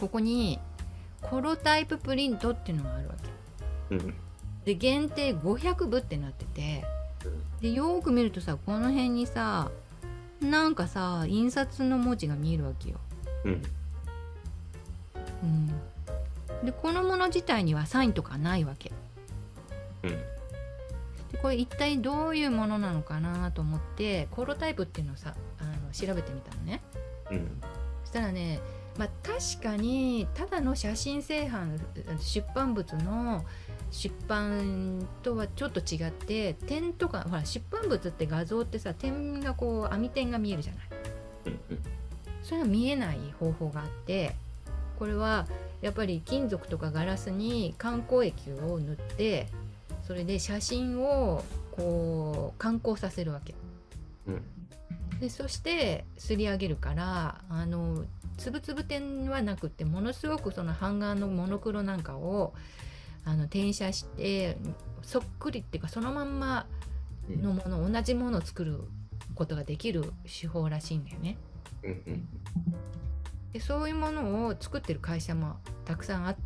ここにコロタイププリントっていうのがあるわけ、で限定500部ってなってて、でよーく見るとさ、この辺にさなんかさ印刷の文字が見えるわけよ、でこのもの自体にはサインとかないわけ、でこれ一体どういうものなのかなと思ってコロタイプっていうのをさ調べてみたのね、そしたらね、確かにただの写真製版出版物の出版とはちょっと違って、点とかほら出版物って画像ってさ点がこう網点が見えるじゃない、それが見えない方法があって、これはやっぱり金属とかガラスに観光液を塗って、それで写真をこう観光させるわけ、でそしてすり上げるからつぶつぶ点はなくって、ものすごくその版画のモノクロなんかを転写してそっくりっていうかそのまんまのもの、同じものを作ることができる手法らしいんだよね、でそういうものを作ってる会社もたくさんあって、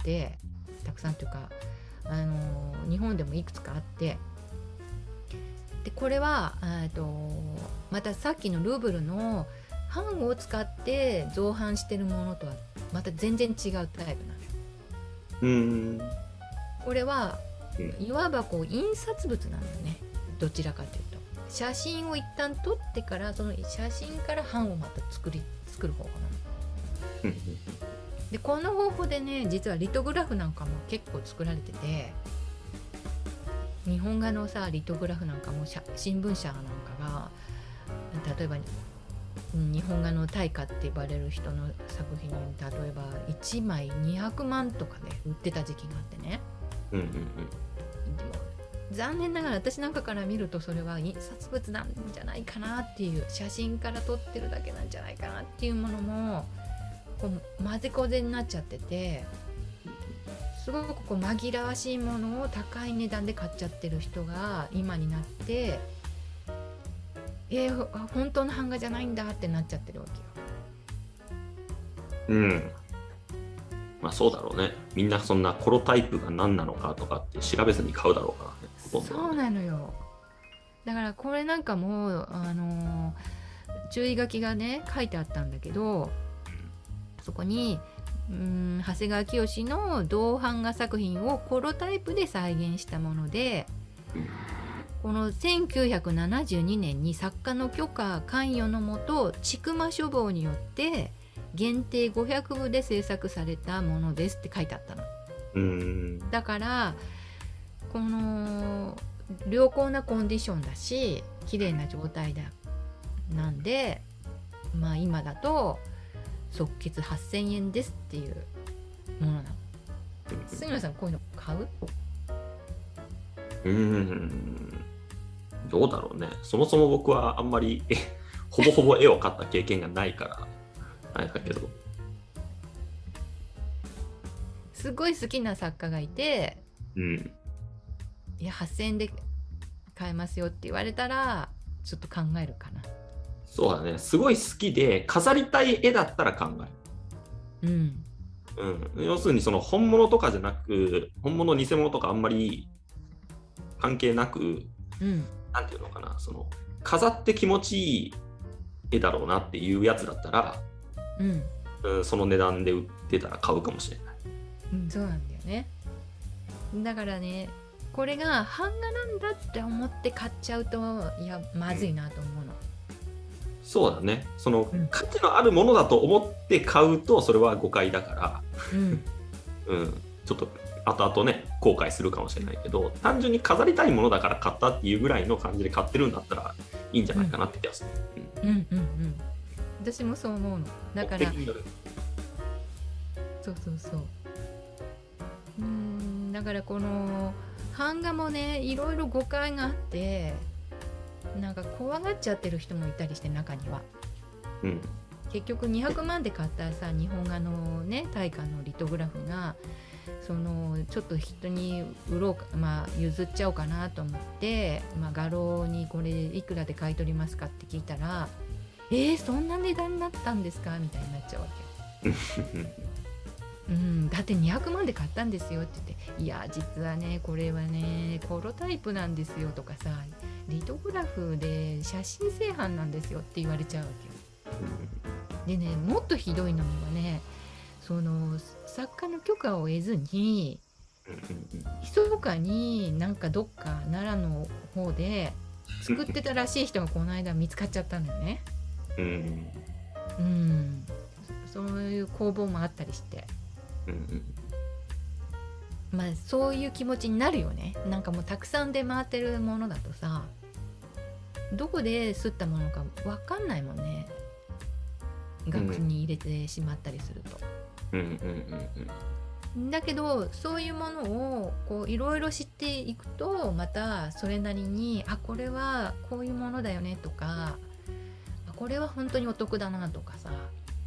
たくさんというか日本でもいくつかあって、でこれはまたさっきのルーブルの版を使って造版してるものとはまた全然違うタイプなのよ。これはいわばこう印刷物なんだよね、どちらかというと写真を一旦撮ってからその写真から版をまた作る方法なのでこの方法でね、実はリトグラフなんかも結構作られてて、日本画のさリトグラフなんかも新聞社なんかが例えば日本画の大家って呼ばれる人の作品、例えば1枚200万とかで売ってた時期があってね、でも残念ながら私なんかから見るとそれは印刷物なんじゃないかなっていう、写真から撮ってるだけなんじゃないかなっていうものもこう混ぜこぜになっちゃってて、すごくこう紛らわしいものを高い値段で買っちゃってる人が今になって、本当の版画じゃないんだってなっちゃってるわけよ。 そうだろうね。みんなそんなコロタイプが何なのかとかって調べずに買うだろうからね。 そうなのよ。だからこれなんかも注意書きがね書いてあったんだけど、そこに長谷川清の銅版画作品をコロタイプで再現したもので、この1972年に作家の許可関与のもと千曲書房によって限定500部で制作されたものですって書いてあったの。だからこの良好なコンディションだし綺麗な状態だなんで、今だと即決8000円ですっていうものなの。杉村さんこういうの買う？ どうだろうね。そもそも僕はあんまりほぼほぼ絵を描った経験がないからあれだけど、 すごい好きな作家がいて、いや8000円で買えますよって言われたらちょっと考えるかな。 そうだね。すごい好きで飾りたい絵だったら考える。要するにその本物とかじゃなく、本物偽物とかあんまり関係なく、なんていうのかな、その飾って気持ちいい絵だろうなっていうやつだったら、その値段で売ってたら買うかもしれない。 そうなんだよね。だからね、これが版画なんだって思って買っちゃうとまずいなと思うの。 そうだね。その価値のあるものだと思って買うとそれは誤解だから、ちょっと後々ね後悔するかもしれないけど、単純に飾りたいものだから買ったっていうぐらいの感じで買ってるんだったらいいんじゃないかなって気がする。 私もそう思うの。だからそうだからこの版画もねいろいろ誤解があって、なんか怖がっちゃってる人もいたりして、中には、結局200万で買ったさ日本画のね大家のリトグラフがそのちょっと人に売ろうか、譲っちゃおうかなと思って、画廊にこれいくらで買い取りますかって聞いたら、そんな値段になったんですかみたいになっちゃうわけよ。 だって200万で買ったんですよって言って、いや実はねこれはねコロタイプなんですよとかさ、リトグラフで写真製版なんですよって言われちゃうわけよ。でね、もっとひどいのにはね、その作家の許可を得ずに密かになんかどっか奈良の方で作ってたらしい人がこの間見つかっちゃったんだよね。そういう工房もあったりして、まあそういう気持ちになるよね。なんかもうたくさん出回ってるものだとさ、どこで刷ったものか分かんないもんね、額に入れてしまったりすると。だけどそういうものをこういろいろ知っていくと、またそれなりにこれはこういうものだよねとか、これは本当にお得だなとかさ、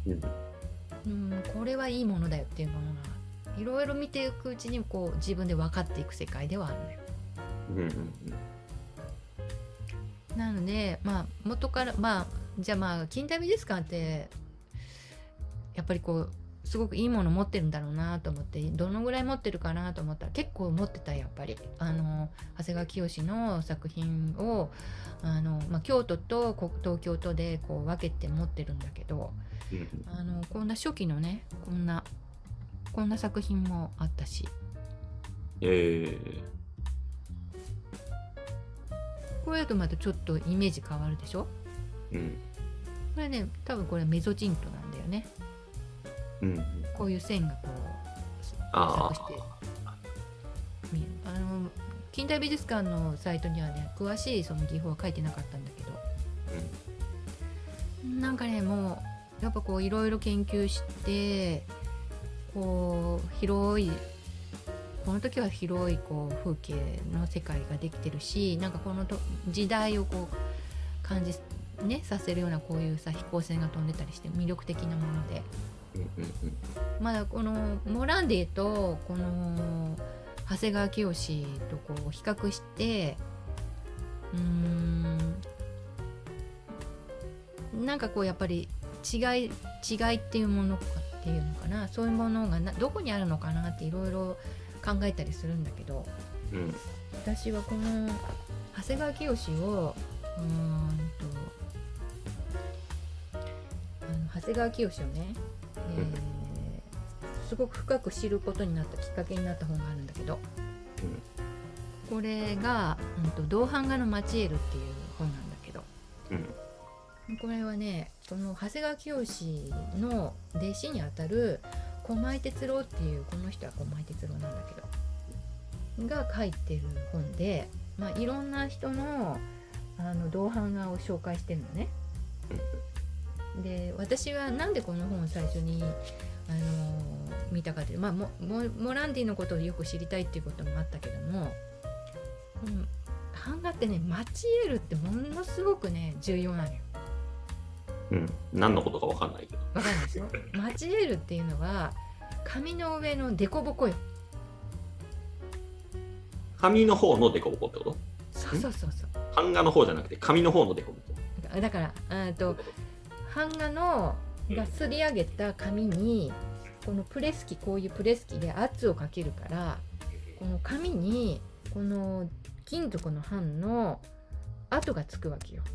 これはいいものだよっていうものがいろいろ見ていくうちにこう自分で分かっていく世界ではあるのよ。なので元からじゃあ近代美術館ってやっぱりこうすごくいいもの持ってるんだろうなと思って、どのぐらい持ってるかなと思ったら結構持ってた。やっぱり長谷川清の作品を京都と東京とでこう分けて持ってるんだけど、こんな初期のねこんな作品もあったし、これだとまたちょっとイメージ変わるでしょ。これね多分これメゾジントなんだよね。こういう線がこう錯して見える。近代美術館のサイトにはね詳しいその技法は書いてなかったんだけど、なんかねもうやっぱこういろいろ研究してこうこの時は広いこう風景の世界ができてるし、なんかこの時代をこう感じさせるようなこういうさ飛行船が飛んでたりして魅力的なもので、まだこのモランディとこの長谷川清とこう比較して、なんかこうやっぱり違いっていうものかっていうのかな、そういうものがどこにあるのかなっていろいろ考えたりするんだけど、私はこの長谷川清を長谷川清をね、すごく深く知ることになったきっかけになった本があるんだけど、これが銅版画のマチエルっていう本なんだけど、これはねこの長谷川清の弟子にあたる駒井哲郎っていう、この人は駒井哲郎なんだけどが書いてる本で、いろんな人の銅版画を紹介してるのね。で私はなんでこの本を最初に見たかというと、モランディのことをよく知りたいっていうこともあったけども、版画ってねマチエルってものすごくね重要なのよ。 何のことか分かんないけど。 分かんないですよ。マチエルっていうのは紙の上のデコボコよ。 紙の方のデコボコってこと？ そう。 版画の方じゃなくて紙の方のデコボコ。だから版画のがすり上げた紙にこのこういうプレス機で圧をかけるから、この紙にこの金属の版の跡がつくわけよ。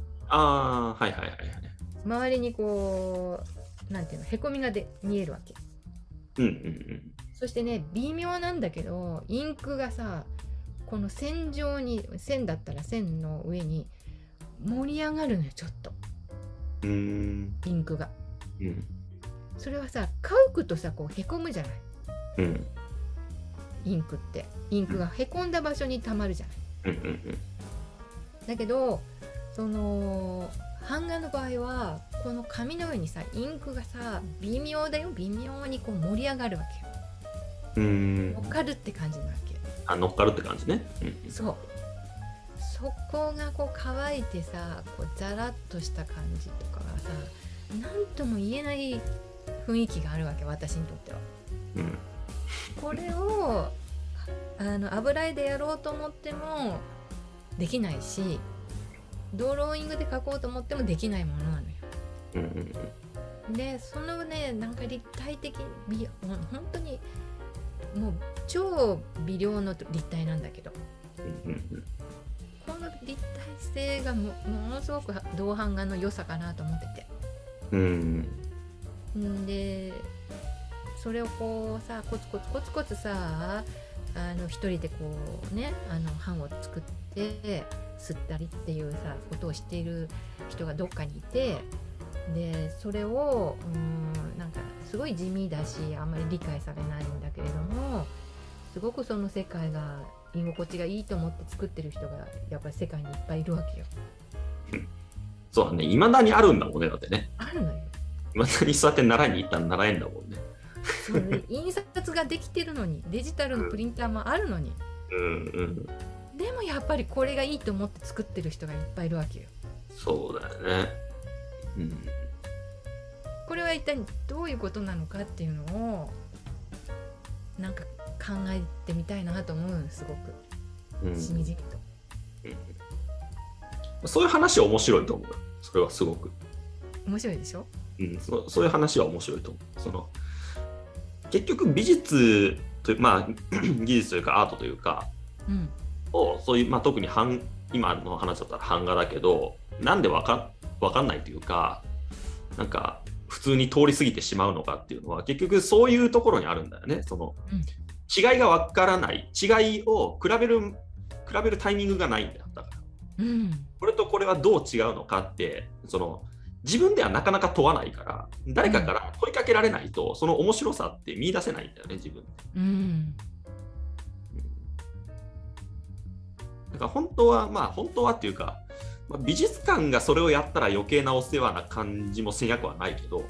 周りにこうなんていうの、へこみが見えるわけ。そしてね微妙なんだけど、インクがさこの線状に、線だったら線の上に盛り上がるのよちょっと。インクが、それはさ乾くとさこうへこむじゃない、インクがへこんだ場所にたまるじゃない、だけどその版画の場合はこの紙の上にさインクがさ微妙にこう盛り上がるわけよ。乗っかるって感じなわけ。 乗っかるって感じね。 そこがこう乾いてさこうザラッとした感じとかがさ何とも言えない雰囲気があるわけ、私にとっては。これを油絵でやろうと思ってもできないし、ドローイングで描こうと思ってもできないものなのよ。 でそのねなんか立体的美、本当にもう超微量の立体なんだけど、この立体性がものすごく銅版画の良さかなと思ってて、でそれをこうさコツコツさ一人でこうね版を作って吸ったりっていうさことをしている人がどっかにいて、でそれをなんかすごい地味だしあんまり理解されないんだけれども、すごくその世界が居心地がいいと思って作ってる人がやっぱり世界にいっぱいいるわけよ。 そうだね、いまだにあるんだもんね。だってね、 あるのよ。 いまだにそうやって習いに行ったら習えんだもんね。 そうね、印刷ができてるのに、デジタルのプリンターもあるのに、でもやっぱりこれがいいと思って作ってる人がいっぱいいるわけよ。 そうだよね。 これは一体どういうことなのかっていうのをなんか考えてみたいなと思う、すごくしみじみと、そういう話は面白いと思う。それはすごく面白いでしょ。 そういう話は面白いと思う。結局美術という、技術というかアートというか、をそういう、特に今の話だったら版画だけど、なんでわかんないというか、なんか普通に通り過ぎてしまうのかっていうのは結局そういうところにあるんだよね。違いがわからない、違いを比べるタイミングがないんだよ。だから、これとこれはどう違うのかって自分ではなかなか問わないから、誰かから問いかけられないとその面白さって見出せないんだよね、自分で。だから本当はっていうか、美術館がそれをやったら余計なお世話な感じもせんやくはないけど、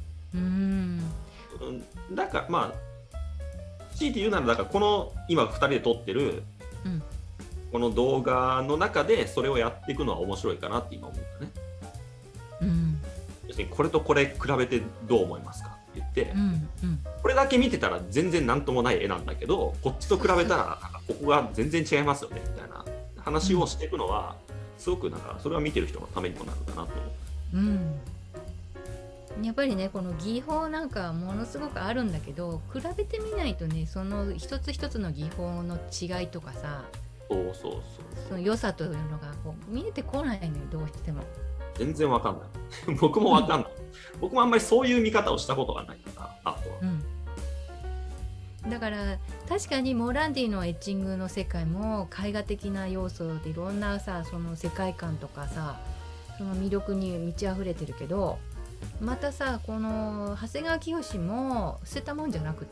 だから強いて言うなら、だからこの今2人で撮ってる、この動画の中でそれをやっていくのは面白いかなって今思ったね。要するにこれとこれ比べてどう思いますかって言って、これだけ見てたら全然なんともない絵なんだけど、こっちと比べたらここが全然違いますよねみたいな話をしていくのは、すごくなんかそれは見てる人のためにもなるかなと思う。やっぱりね、この技法なんかものすごくあるんだけど、比べてみないとね、その一つ一つの技法の違いとかさ、その良さというのがこう見えてこないのよ、どうしても。 全然わかんない。僕もわかんない。僕もあんまりそういう見方をしたことがないから、アートは。 だから確かにモランディのエッチングの世界も絵画的な要素でいろんなさ、その世界観とかさ、その魅力に満ち溢れてるけど、またさ、この長谷川清も捨てたもんじゃなくって、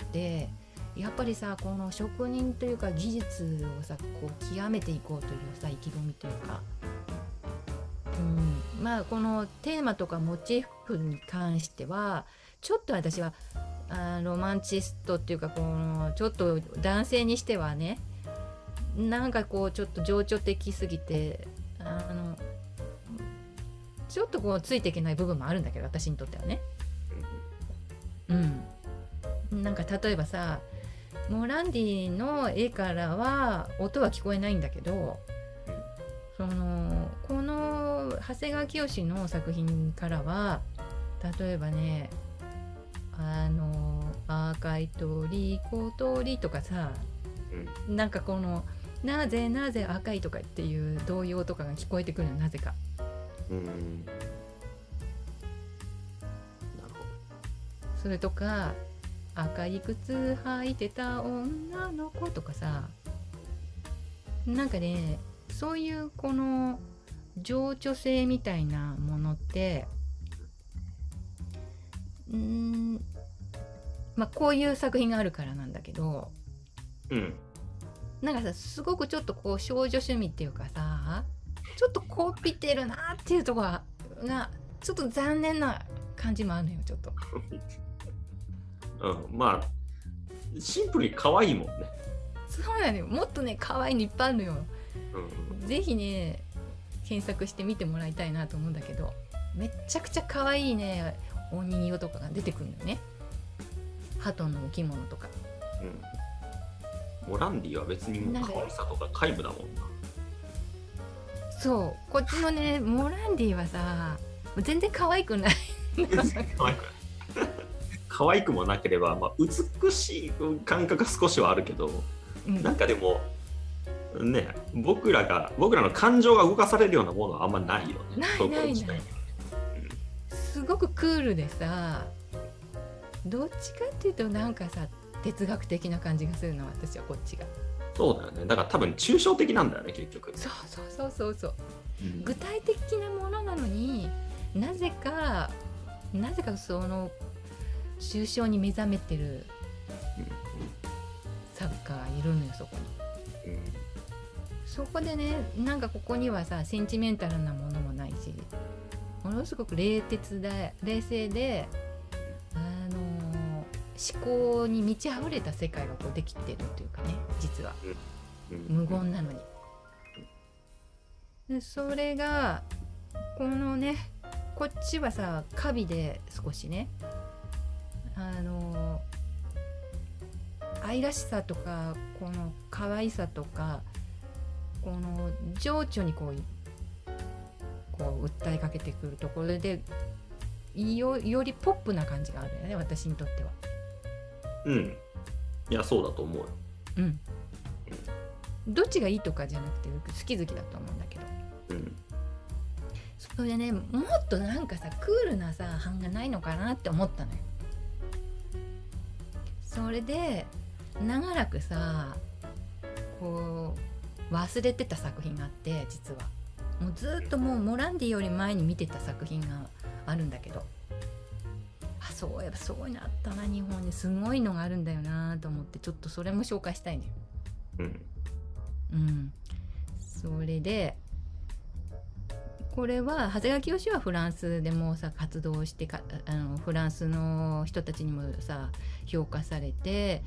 やっぱりさ、この職人というか技術をさ、こう極めていこうというさ意気込みというか、このテーマとかモチーフに関してはちょっと私はロマンチストっていうか、このちょっと男性にしてはね、なんかこうちょっと情緒的すぎてちょっとこうついていけない部分もあるんだけど、私にとってはね。なんか例えばさ、モランディの絵からは音は聞こえないんだけど、この長谷川清の作品からは、例えばね、赤い鳥小鳥とかさ、なんかこのなぜ赤いとかっていう童謡とかが聞こえてくるの、なぜか。なるほど。それとか赤い靴履いてた女の子とかさ、なんかね、そういうこの情緒性みたいなものって、こういう作品があるからなんだけど、なんかさ、すごくちょっとこう少女趣味っていうかさ、ちょっとこびてるなっていうところがちょっと残念な感じもあるのよ、ちょっと。 シンプルに可愛いもんね。 そうなのよ。もっとね、可愛いのいっぱいあるのよ。ぜひね、検索してみてもらいたいなと思うんだけど、めっちゃくちゃ可愛いね、お人形とかが出てくるのよね。鳩の置物とか。 モランディは別にもう可愛さとか皆無だもんな。 そう、こっちのね、モランディはさ、全然可愛くない可愛くもなければ、まあ、美しい感覚が少しはあるけど、なんかでもね、僕らの感情が動かされるようなものはあんまないよね。 ない、すごくクールでさ、どっちかっていうとなんかさ哲学的な感じがするの、私はこっちが。 そうだよね。だから多分抽象的なんだよね、結局。 そう、具体的なものなのになぜかその抽象に目覚めてる作家がいるのよ、そこに。そこでね、なんかここにはさセンチメンタルなものもないし、ものすごく冷静で思考に満ち溢れた世界がこうできてるというかね、実は無言なのに。でそれがこのね、こっちはさ華美で少しね、愛らしさとかこの可愛さとかこの情緒にこう訴えかけてくるところでよりポップな感じがあるよね、私にとっては。 いやそうだと思うよ。 どっちがいいとかじゃなくて好き好きだと思うんだけど、それでね、もっとなんかさクールなさ版がないのかなって思ったのよ。それで長らくさこう忘れてた作品があって、実はもうずっともうモランディより前に見てた作品があるんだけど、そういえばそういうのあったな、日本にすごいのがあるんだよなと思って、ちょっとそれも紹介したいね。それでこれは長谷川清はフランスでもさ活動してフランスの人たちにもさ評価されて、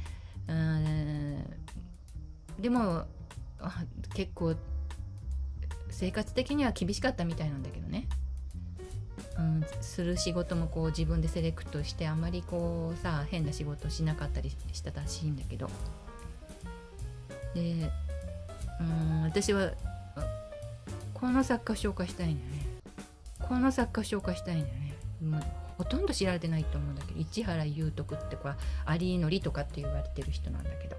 でも結構生活的には厳しかったみたいなんだけどね。する仕事もこう自分でセレクトして、あまりこうさ変な仕事しなかったりしたらしいんだけど、で私はこの作家を紹介したいんだよね。もうほとんど知られてないと思うんだけど、市原裕徳ってこれアリーノリとかって言われてる人なんだけど、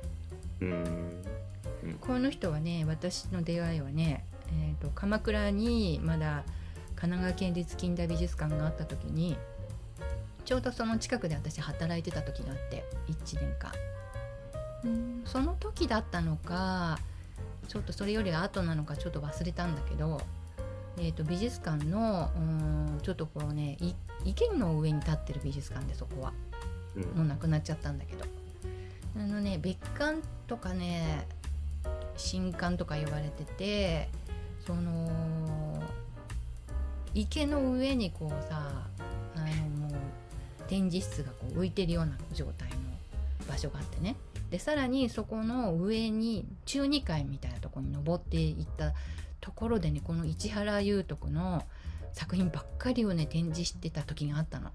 この人はね、私の出会いはね、鎌倉にまだ神奈川県立近代美術館があった時に、ちょうどその近くで私働いてた時があって、1年間、その時だったのかちょっとそれより後なのかちょっと忘れたんだけど、美術館のちょっとこうね池の上に立ってる美術館で、そこはもうなくなっちゃったんだけど、別館とかね新館とか言われてて、その池の上にこうさもう展示室がこう浮いてるような状態の場所があってね、でさらにそこの上に中2階みたいなところに登っていったところでね、この市原裕徳の作品ばっかりをね展示してた時があったの。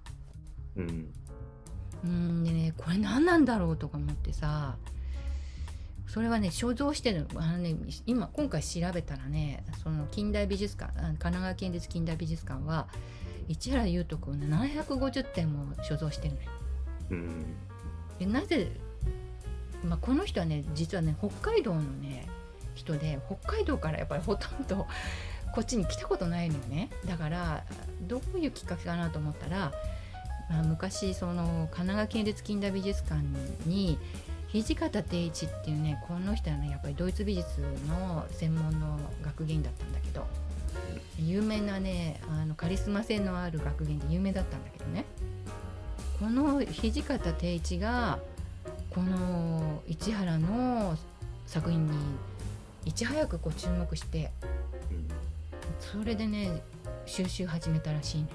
でね、これ何なんだろうとか思ってさ、それはね所蔵してる今回調べたらね、その近代美術館、神奈川県立近代美術館は市原裕徳をね750点も所蔵してるのよ。でなぜ、この人はね実はね北海道のね人で、北海道からやっぱりほとんどこっちに来たことないのよね。だからどういうきっかけかなと思ったら、昔その神奈川県立近代美術館に土方定一っていうね、この人はねやっぱりドイツ美術の専門の学芸員だったんだけど、有名なねカリスマ性のある学芸員で有名だったんだけどね、この土方定一がこの市原の作品にいち早くこう注目して、それでね収集始めたらしいね。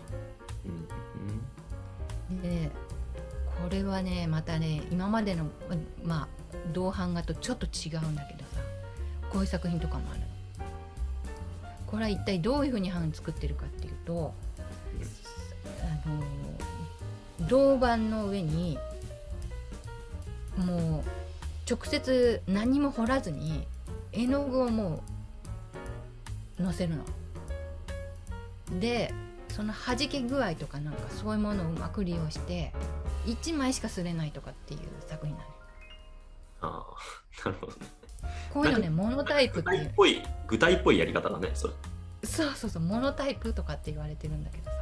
でこれはねまたね今までの銅版画とちょっと違うんだけどさ、こういう作品とかもあるの。これは一体どういうふうに版作ってるかっていうと、銅板の上にもう直接何も彫らずに絵の具をもうのせるので、 その弾け具合とかなんかそういうものをうまく利用して1枚しか擦れないとかっていう作品なのよ。 ああ、なるほどね。 こういうのね、モノタイプっていう。 具体っぽいやり方だね、それ。 そう、モノタイプとかって言われてるんだけどさ。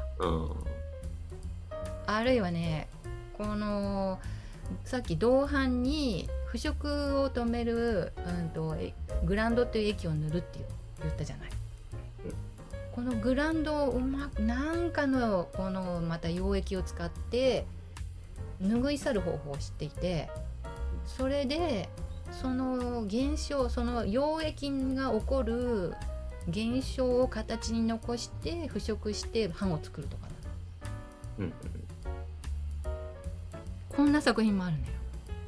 あるいはね、このさっき銅板に腐食を止める、グランドっていう液を塗るって言ったじゃない。このグランドをうまくなんかのこのまた溶液を使って拭い去る方法を知っていて、それでその現象、その溶液が起こる現象を形に残して腐食して版を作るとかな、こんな作品もあるんだよ。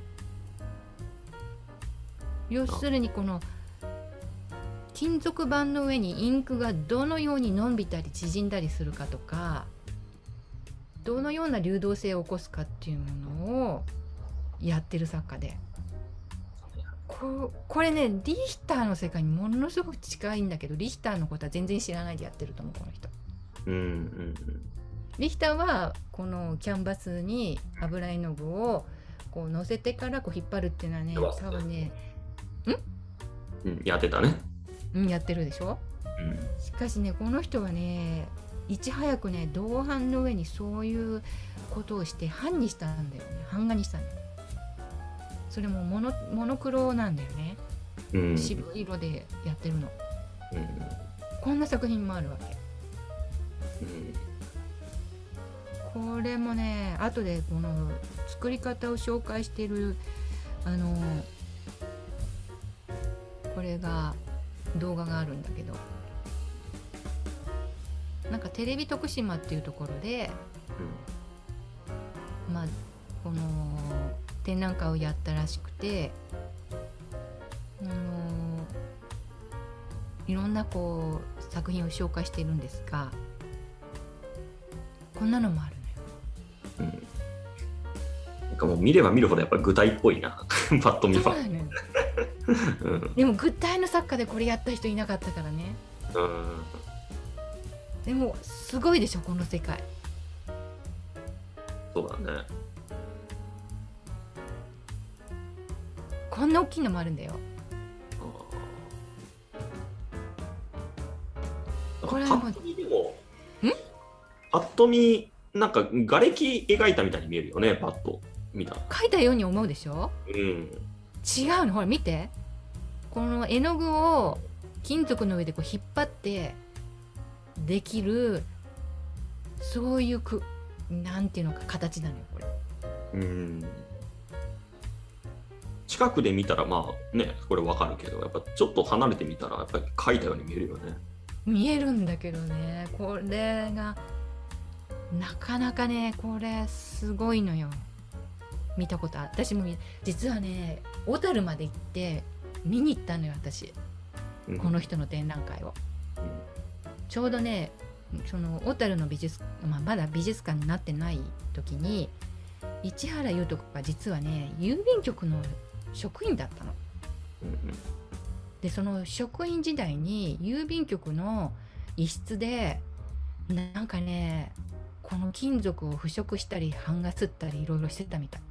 要するにこの金属板の上にインクがどのように伸びたり縮んだりするかとか、どのような流動性を起こすかっていうものをやってる作家で、これねリヒターの世界にものすごく近いんだけど、リヒターのことは全然知らないでやってると思うこの人。リヒターはこのキャンバスに油絵の具をこう乗せてからこう引っ張るっていうのはね、多分ねやってたね。 やってるでしょ。しかしねこの人はねいち早くね銅版の上にそういうことをして版にしたんだよね。版画にしたんだよ。それもモノクロなんだよね、白色でやってるの、こんな作品もあるわけ、これもね後でこの作り方を紹介してるこれが動画があるんだけど、なんかテレビ徳島っていうところで、まあこの展覧会をやったらしくて、いろんなこう作品を紹介しているんですが、こんなのもあるのよ。 なんかもう見れば見るほどやっぱり具体っぽいなパッと見は。そうだねでも具体の作家でこれやった人いなかったからね。でもすごいでしょこの世界。 そうだね。 こんな大きいのもあるんだよ。 これパッと見でもパッと見なんか瓦礫描いたみたいに見えるよね、パッと見た。 描いたように思うでしょ。違うの、ほら見て、この絵の具を金属の上でこう引っ張ってできる、そういうなんていうのか形なのよこれ。 近くで見たらまあねこれわかるけど、やっぱちょっと離れてみたらやっぱり描いたように見えるよね。 見えるんだけどね、これがなかなかね、これすごいのよ。見たこと私も実はね小樽まで行って見に行ったのよ私、この人の展覧会を、ちょうどねその小樽の美術、まだ美術館になってない時に市原優斗が実はね郵便局の職員だったの、でその職員時代に郵便局の一室でなんかねこの金属を腐食したり版画すったりいろいろしてたみたい。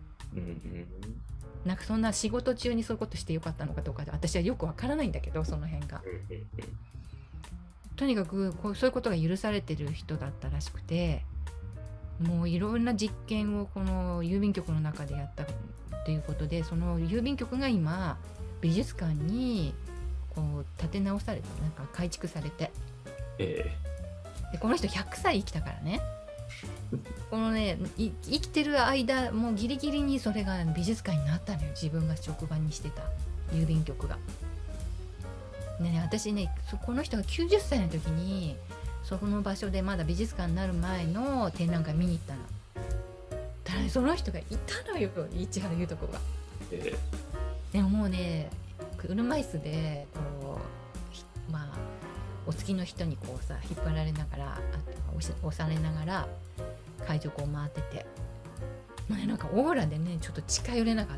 なんかそんな仕事中にそういうことしてよかったのかどうか私はよくわからないんだけど、その辺がとにかくそういうことが許されてる人だったらしくて、もういろんな実験をこの郵便局の中でやったということで、その郵便局が今美術館にこう建て直されて、なんか改築されて、でこの人100歳生きたからねこのね生きてる間もうギリギリにそれが美術館になったのよ、自分が職場にしてた郵便局が。でね、私ねこの人が90歳の時にそこの場所でまだ美術館になる前の展覧会見に行ったの。ただねその人がいたのよ、市原優斗子が。でももうね車椅子でこうまあお付きの人にこうさ引っ張られながら押されながら会場こう回ってて、もうねなんかオーラでねちょっと近寄れなか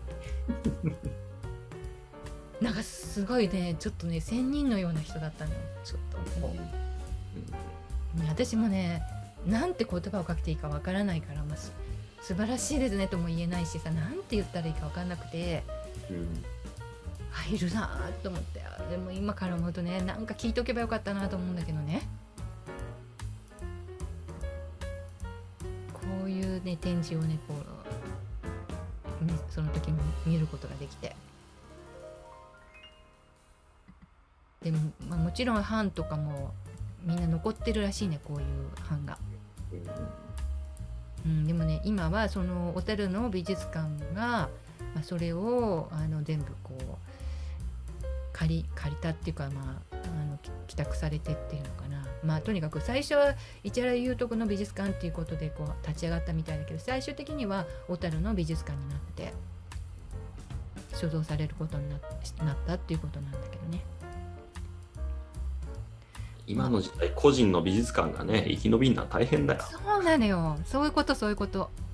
ったなんかすごいねちょっとね仙人のような人だったのよ、ちょっともう、 私もねなんて言葉をかけていいかわからないから、素晴らしいですねとも言えないしさ、なんて言ったらいいかわかんなくて、いるなと思って。でも今から思うとね、なんか聞いとけばよかったなと思うんだけどね。こういうね展示をねこうその時に見ることができて、でも、もちろん版とかもみんな残ってるらしいね、こういう版が。でもね今はその小樽の美術館が、それを全部こう借りたっていうか、帰宅されてっていうのかな。とにかく最初は市原裕徳の美術館っていうことでこう立ち上がったみたいだけど、最終的には小樽の美術館になって所蔵されることになったっていうことなんだけどね。 今の時代個人の美術館がね生き延びるのは大変だよ。 そうなのよ、そういうこと。よっ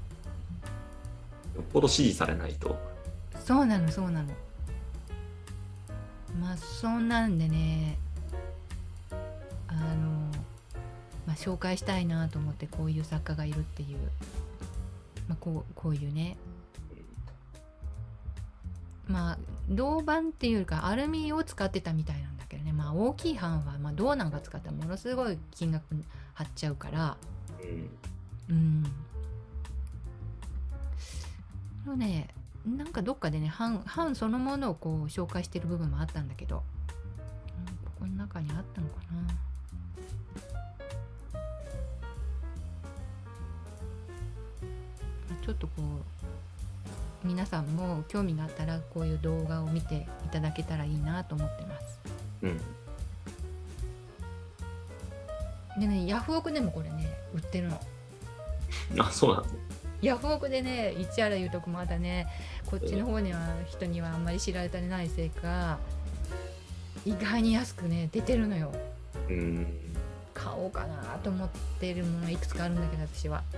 ぽど支持されないと。 そうなの。そんなんでね、紹介したいなと思って、こういう作家がいるっていう、こういうね、銅板っていうかアルミを使ってたみたいなんだけどね。大きい版は銅なんか使ったらものすごい金額張っちゃうから、ね、なんかどっかでね版そのものをこう紹介してる部分もあったんだけど、ここの中にあったのかな。ちょっとこう皆さんも興味があったらこういう動画を見ていただけたらいいなと思ってます。でね、ヤフオクでもこれね売ってるの。 そうなの。 ヤフオクでね、市原裕徳まだねこっちの方には人にはあんまり知られてないせいか、意外に安くね出てるのよ。買おうかなと思ってるものいくつかあるんだけど、私は。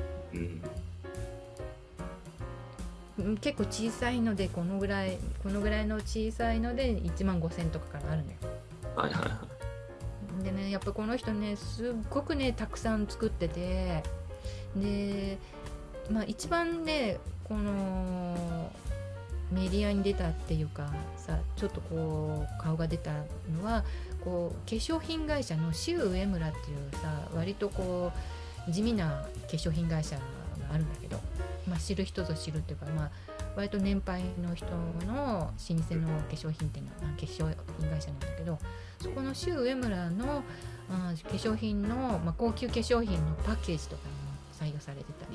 結構小さいのでこのぐらいの小さいので15,000とかからあるのよ。でね、やっぱこの人ねすっごくねたくさん作ってて、で一番ねこのメディアに出たっていうかさ、ちょっとこう顔が出たのはこう化粧品会社のシウ上村っていうさ、割とこう地味な化粧品会社があるんだけど、知る人ぞ知るっていうか、割と年配の人の老舗の化粧品店化粧品会社なんだけど、そこのシウ上村の化粧品の、高級化粧品のパッケージとかにも採用されてたり、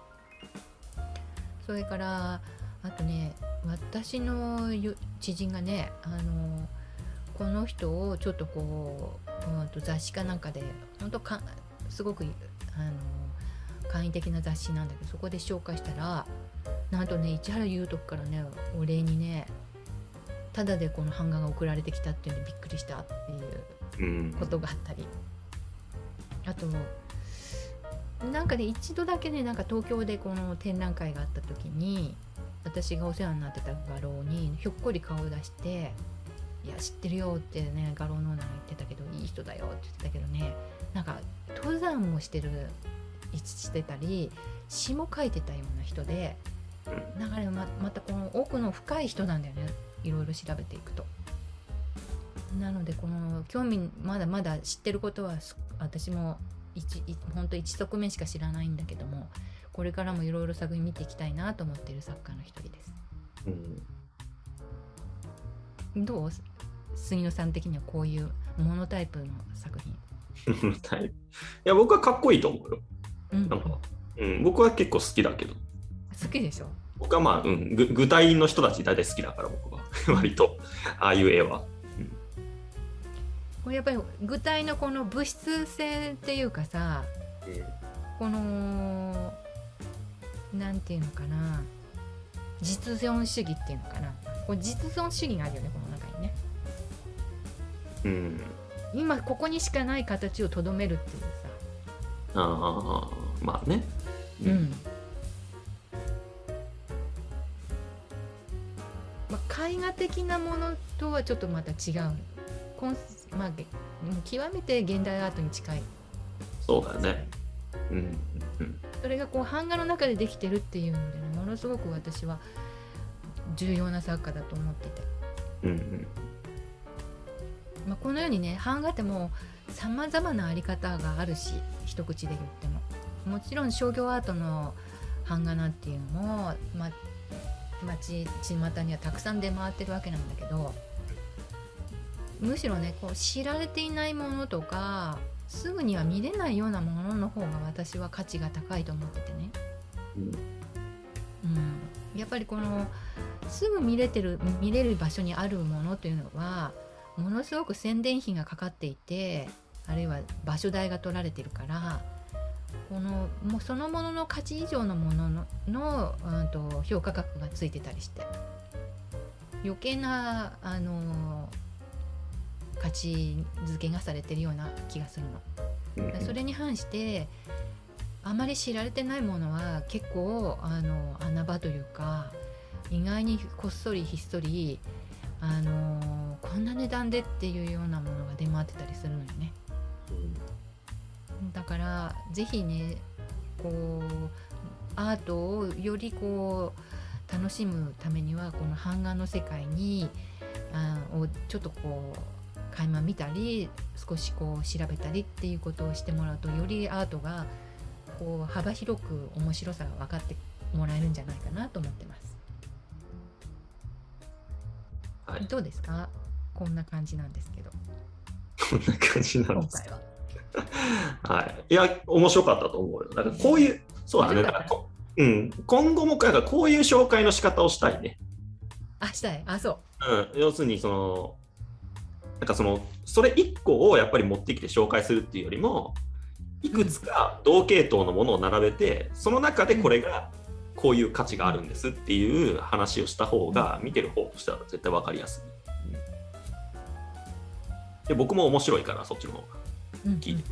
それからあとね、私の知人がねこの人をちょっとこう、雑誌かなんかで本当すごく簡易的な雑誌なんだけど、そこで紹介したら、なんとね市原裕徳からねお礼にねタダでこの版画が送られてきたっていうのにびっくりしたっていうことがあったり、あとなんかね一度だけね、なんか東京でこの展覧会があった時に私がお世話になってた画廊にひょっこり顔を出して、いや知ってるよってね画廊のオーナーが言ってたけど、いい人だよって言ってたけどね、なんか登山もしてたり詩も書いてたような人で、だからまたこの奥の深い人なんだよね、いろいろ調べていくと。なのでこの興味まだまだ知ってることは私も本当一側面しか知らないんだけども、これからもいろいろ作品見ていきたいなと思っている作家の一人です。どう杉野さん的にはこういうモノタイプの作品。 いや僕はかっこいいと思うよ。僕は結構好きだけど。 好きでしょ。 僕は具体の人たち大体好きだから、僕は割とああいう絵は。 これやっぱり具体のこの物質性っていうかさ、このなんていうのかな、実存主義っていうのかな、これ実存主義があるよね、この中にね。今ここにしかない形をとどめるっていうさ。 まあね。 絵画的なものとはちょっとまた違う。極めて現代アートに近いそうだよね。 それがこう版画の中でできてるっていうのでね、ものすごく私は重要な作家だと思ってて、このようにね、版画ってもうさまざまなあり方があるし、一口で言ってももちろん商業アートの版画なんていうのも、巷にはたくさん出回ってるわけなんだけど、むしろね、こう知られていないものとかすぐには見れないようなものの方が私は価値が高いと思っててね、やっぱりこのすぐ見れる場所にあるものというのはものすごく宣伝費がかかっていて、あるいは場所代が取られてるから、もうそのものの価値以上のものの評価額がついてたりして、余計な価値づけがされてるような気がするの。それに反してあまり知られてないものは結構穴場というか、意外にこっそりひっそりこんな値段でっていうようなものが出回ってたりするのよね。だからぜひね、こうアートをよりこう楽しむためには、この版画の世界にをちょっとこう垣間見たり、少しこう調べたりっていうことをしてもらうと、よりアートがこう幅広く面白さが分かってもらえるんじゃないかなと思ってます。はい、どうですか？こんな感じなんですけど。 こんな感じなんです。 今回は。 はい。いや、面白かったと思うよ。だからこういう、そうだね。だから今後もこういう紹介の仕方をしたいね。 したい。そう。 要するにそれ1個をやっぱり持ってきて紹介するっていうよりも、いくつか同系統のものを並べて、その中でこれがこういう価値があるんですっていう話をした方が、見てる方としては絶対分かりやすい。で、僕も面白いから、そっちの方が聞いて、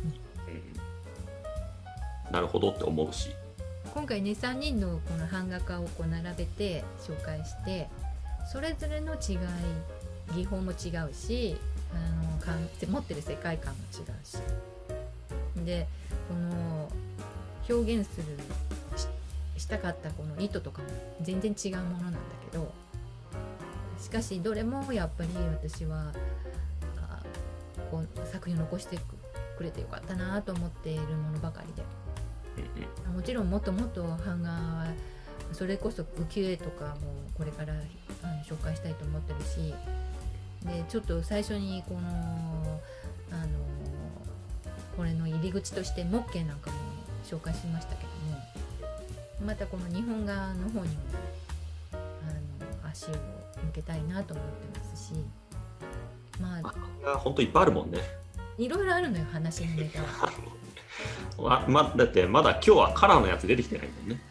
なるほどって思うし。 今回ね、3人のこの版画家をこう並べて紹介して、それぞれの違い、技法も違うし、持ってる世界観も違うし、でこの表現する したかったこの意図とかも全然違うものなんだけど、しかしどれもやっぱり私はこう作品を残してくれてよかったなと思っているものばかりで、もちろんもっともっと版画はそれこそ浮世絵とかもこれから紹介したいと思ってるし、でちょっと最初にこれの入り口としてモッケなんかも紹介しましたけども、またこの日本画の方にも足を向けたいなと思ってますし、 本当いっぱいあるもんね。 いろいろあるのよ、話のネタは。だってまだ今日はカラーのやつ出てきてないもんね。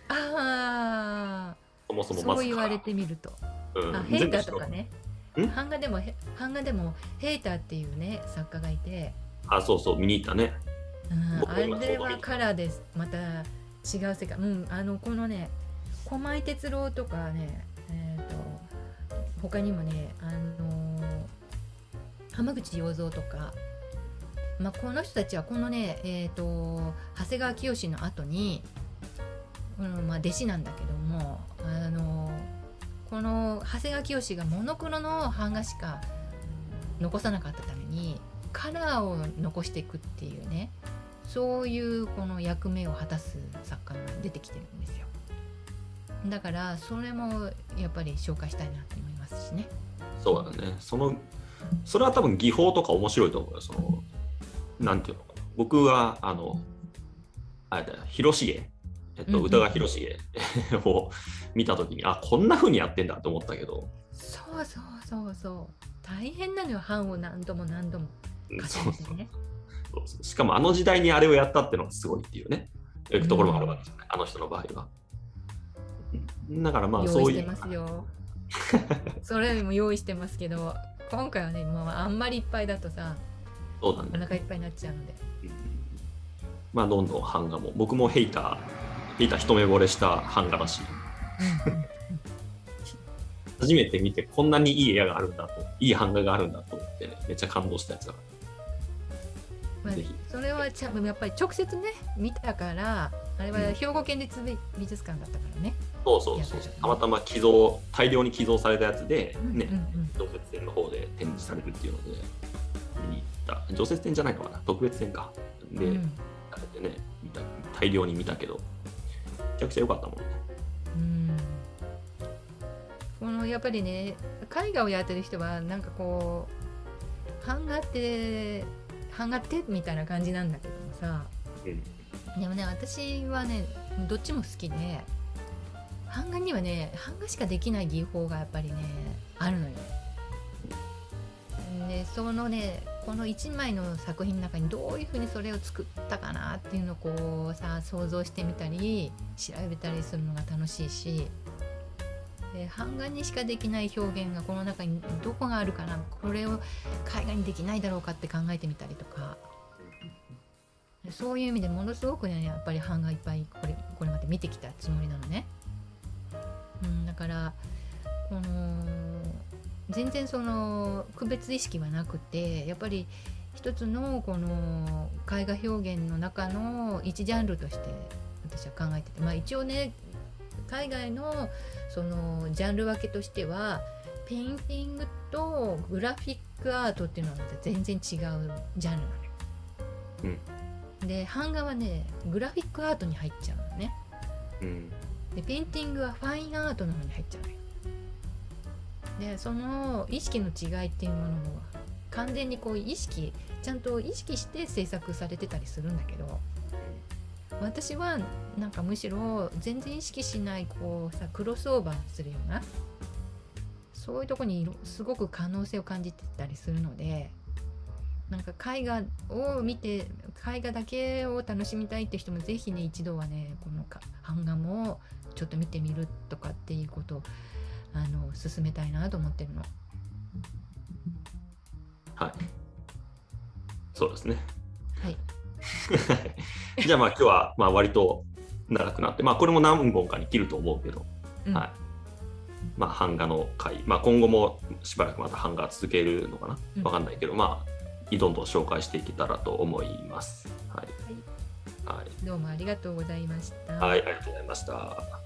そもそもそう言われてみると、ヘイターとかね、版画でもヘイターっていうね作家がいて、 そうそう、見に行ったね。 あれはカラーです。また違う世界。このね、駒井哲郎とかね、他にもね、浜口洋三とか、この人たちはこのね、長谷川清の後に、弟子なんだけども、この長谷川清がモノクロの版画しか残さなかったためにカラーを残していくっていうね、そういうこの役目を果たす作家が出てきてるんですよ。だからそれもやっぱり紹介したいなと思いますしね。 そうだね。それは多分技法とか面白いと思うよ。なんていうのかな。僕はあれだよ、広重、歌川広重を見たときに、こんな風にやってんだと思ったけど。 そう大変なのよ、版を何度も重ねてね。 そうしかもあの時代にあれをやったってのがすごいっていうね、ところもあるわけじゃない、あの人の場合は。だからそういう。用意してますよ。 それよりも用意してますけど、今回はね、もうあんまりいっぱいだとさ、 そうだね、 お腹いっぱいになっちゃうので。 どんどん版画も、僕もヘイター一目惚れした版画だし、初めて見てこんなにいい絵があるんだと、いい版画があるんだと思って、ね、めっちゃ感動したやつだ。 まあ、それはやっぱり直接ね見たから、あれは兵庫県立美術館だったからね。 そうそうそう、たまたま大量に寄贈されたやつでね、常設展の方で展示されるっていうので見に行った。常設展じゃないのかな、特別展かで、されてね、大量に見たけどめちゃくちゃ良かったもんね。 このやっぱりね、絵画をやってる人はなんかこう版画ってみたいな感じなんだけどもさ、でもね、私はねどっちも好きで、版画にはね版画しかできない技法がやっぱりねあるのよ。でそのね、この1枚の作品の中にどういうふうにそれを作ったかなっていうのをこうさ想像してみたり調べたりするのが楽しいし、版画にしかできない表現がこの中にどこがあるかな、これを絵画にできないだろうかって考えてみたりとか、そういう意味でものすごくねやっぱり版画いっぱいこれまで見てきたつもりなのね。だからこの全然その区別意識はなくて、やっぱり一つのこの絵画表現の中の一ジャンルとして私は考えてて、まあ一応ね海外のそのジャンル分けとしてはペインティングとグラフィックアートっていうのは全然違うジャンルなのよ。で版画はねグラフィックアートに入っちゃうのね。でペインティングはファインアートの方に入っちゃうのよ。でその意識の違いっていうものも完全にこうちゃんと意識して制作されてたりするんだけど、私はなんかむしろ全然意識しないこうさクロスオーバーするようなそういうとこにすごく可能性を感じてたりするので、なんか絵画を見て絵画だけを楽しみたいって人もぜひね一度はねこの版画もちょっと見てみるとかっていうことを進めたいなと思ってるの。 はい、そうですね。 はい。 じゃあまあ今日はまあ割と長くなって、まあこれも何本かに切ると思うけど、はい。まあ版画の回、まあ今後もしばらくまた版画続けるのかな、わかんないけど、まあどんどん紹介していけたらと思います。はい。 どうもありがとうございました。 はい、ありがとうございました。